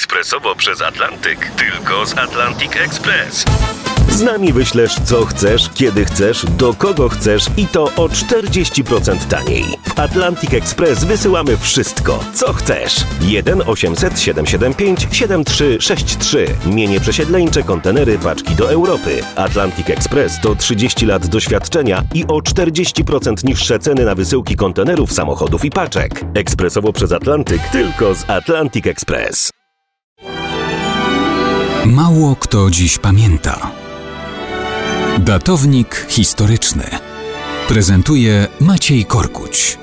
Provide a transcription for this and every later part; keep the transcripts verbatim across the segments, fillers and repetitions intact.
ekspresowo przez Atlantyk. Tylko z Atlantic Express. Z nami wyślesz co chcesz, kiedy chcesz, do kogo chcesz i to o czterdzieści procent taniej. W Atlantic Express wysyłamy wszystko, co chcesz. jeden osiemset siedemset siedemdziesiąt pięć siedemdziesiąt trzy sześćdziesiąt trzy. Mienie przesiedleńcze, kontenery, paczki do Europy. Atlantic Express to trzydzieści lat doświadczenia i o czterdzieści procent niższe ceny na wysyłki kontenerów, samochodów i paczek. Ekspresowo przez Atlantyk, tylko z Atlantic Express. Mało kto dziś pamięta. Datownik historyczny prezentuje Maciej Korkuć.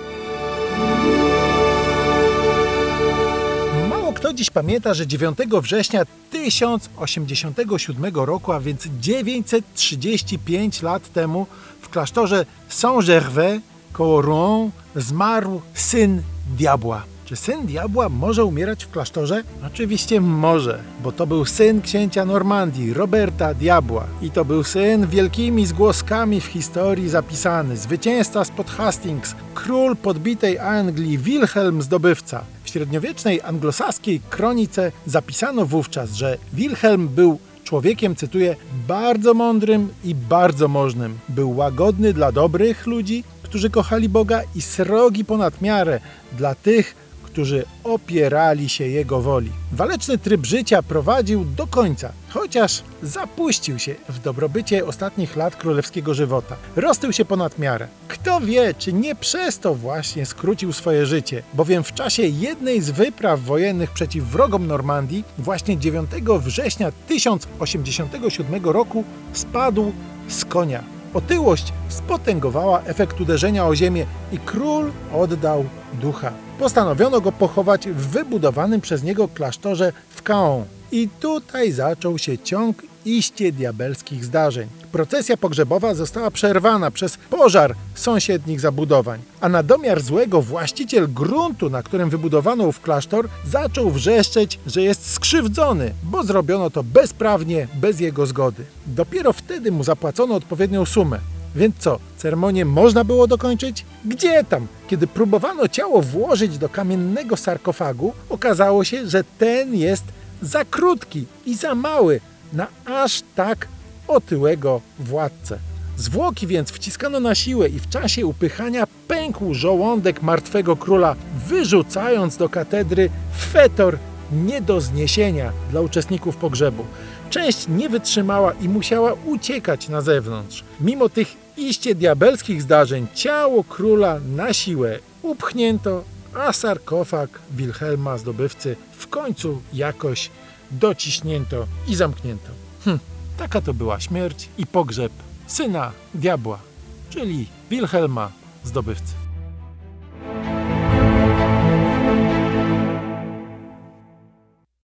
Mało kto dziś pamięta, że dziewiątego września tysiąc osiemdziesiątego siódmego roku, a więc dziewięćset trzydzieści pięć lat temu, w klasztorze Saint-Gervais koło Rouen zmarł syn diabła. Czy syn diabła może umierać w klasztorze? Oczywiście może, bo to był syn księcia Normandii, Roberta Diabła. I to był syn wielkimi zgłoskami w historii zapisany. Zwycięzca spod Hastings, król podbitej Anglii, Wilhelm Zdobywca. W średniowiecznej anglosaskiej kronice zapisano wówczas, że Wilhelm był człowiekiem, cytuję, bardzo mądrym i bardzo możnym. Był łagodny dla dobrych ludzi, którzy kochali Boga, i srogi ponad miarę dla tych, którzy opierali się jego woli. Waleczny tryb życia prowadził do końca, chociaż zapuścił się w dobrobycie ostatnich lat królewskiego żywota. Roztył się ponad miarę. Kto wie, czy nie przez to właśnie skrócił swoje życie, bowiem w czasie jednej z wypraw wojennych przeciw wrogom Normandii, właśnie dziewiątego września tysiąc osiemdziesiątego siódmego roku spadł z konia. Otyłość spotęgowała efekt uderzenia o ziemię i król oddał ducha. Postanowiono go pochować w wybudowanym przez niego klasztorze w Caen. I tutaj zaczął się ciąg iście diabelskich zdarzeń. Procesja pogrzebowa została przerwana przez pożar sąsiednich zabudowań, a na domiar złego właściciel gruntu, na którym wybudowano ów klasztor, zaczął wrzeszczeć, że jest skrzywdzony, bo zrobiono to bezprawnie, bez jego zgody. Dopiero wtedy mu zapłacono odpowiednią sumę. Więc co, ceremonię można było dokończyć? Gdzie tam? Kiedy próbowano ciało włożyć do kamiennego sarkofagu, okazało się, że ten jest za krótki i za mały na aż tak otyłego władcę. Zwłoki więc wciskano na siłę i w czasie upychania pękł żołądek martwego króla, wyrzucając do katedry fetor nie do zniesienia dla uczestników pogrzebu. Część nie wytrzymała i musiała uciekać na zewnątrz. Mimo tych iście diabelskich zdarzeń ciało króla na siłę upchnięto, a sarkofag Wilhelma Zdobywcy w końcu jakoś dociśnięto i zamknięto. Hm, taka to była śmierć i pogrzeb syna diabła, czyli Wilhelma Zdobywcy.